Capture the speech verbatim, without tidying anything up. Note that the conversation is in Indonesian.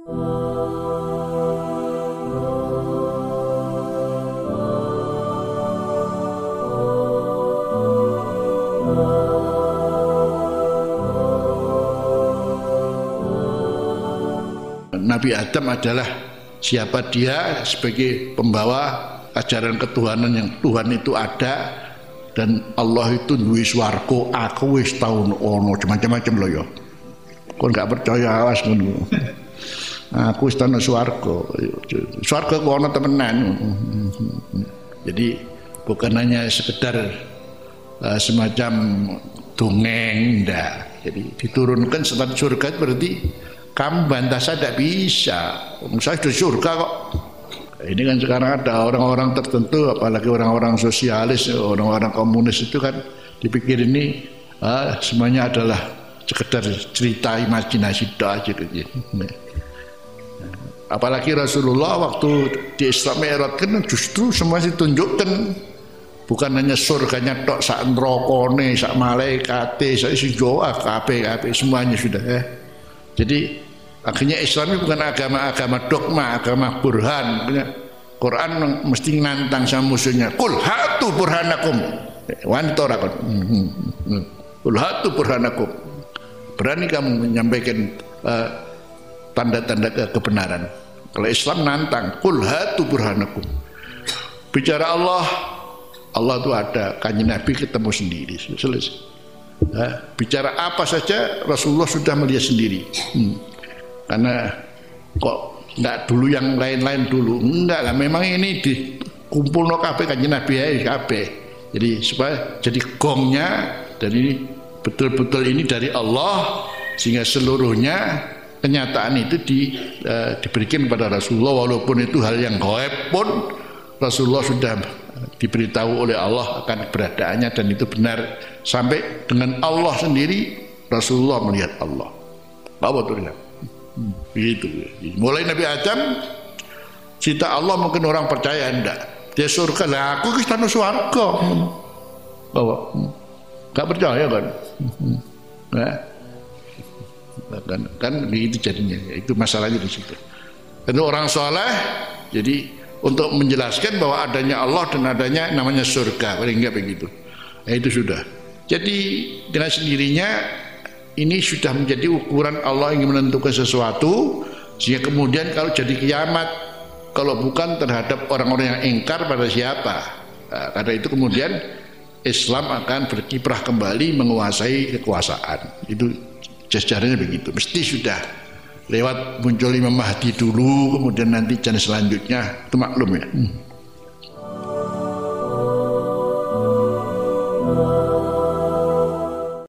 Nabi Adam adalah siapa dia sebagai pembawa ajaran ketuhanan yang Tuhan itu ada dan Allah itu duwe swarga, aku wis tau ono macam-macam loh ya. Kon gak percaya awas ngono. Aku wis tau swarga. Swarga ku ono temenan. Jadi bukan hanya sekedar uh, semacam dongeng ndak. Jadi diturunkan setelah surga berarti kamu bantah saya tidak bisa, saya sudah surga kok. Ini kan sekarang ada orang-orang tertentu, apalagi orang-orang sosialis, orang-orang komunis itu kan dipikir ini ah, semuanya adalah sekedar cerita imajinasi doa aja gitu. Apalagi Rasulullah waktu di Isra Mi'raj kan justru semua ditunjukkan, bukan hanya surganya tok, sak nerokone, sak malaikate, sak isi doa, kabeh kabeh semuanya sudah ya. Jadi akhirnya Islam itu bukan agama-agama dogma, agama burhan. Quran mesti nantang sama musuhnya. Kul hatu burhanakum. Wanita rakon. Kul hatu burhanakum. Berani kamu menyampaikan uh, tanda-tanda ke kebenaran. Kalau Islam nantang, kul hatu burhanakum. Bicara Allah, Allah itu ada. Kanjeng Nabi ketemu sendiri. Selesai. Nah, bicara apa saja Rasulullah sudah melihat sendiri. Hmm. Karena kok enggak dulu yang lain-lain dulu, enggak lah, memang ini dikumpul no kabeh kanjeng Nabi ae kabeh. Jadi supaya jadi gongnya dan ini betul-betul ini dari Allah sehingga seluruhnya kenyataan itu di, uh, diberikan pada Rasulullah walaupun itu hal yang gaib pun Rasulullah sudah diberitahu oleh Allah akan keberadaannya dan itu benar sampai dengan Allah sendiri Rasulullah melihat Allah. Apa tuh ya? Hmm, begitu. Mulai Nabi Adam cerita Allah mungkin orang percaya enggak. Dia surga lah, aku kita nu surga. Bahwa enggak percaya kan? Nah, kan kan begitu jadinya. Itu masalahnya di situ. Dan orang soleh jadi untuk menjelaskan bahwa adanya Allah dan adanya namanya surga, paling enggak begitu. Nah, itu sudah. Jadi dengan sendirinya ini sudah menjadi ukuran Allah ingin menentukan sesuatu sehingga kemudian kalau jadi kiamat kalau bukan terhadap orang-orang yang ingkar pada siapa. Nah, karena itu kemudian Islam akan berkiprah kembali menguasai kekuasaan. Itu sejarahnya begitu. Mesti sudah lewat muncul Imam Mahdi dulu, kemudian nanti jenis selanjutnya itu maklum ya. Hmm.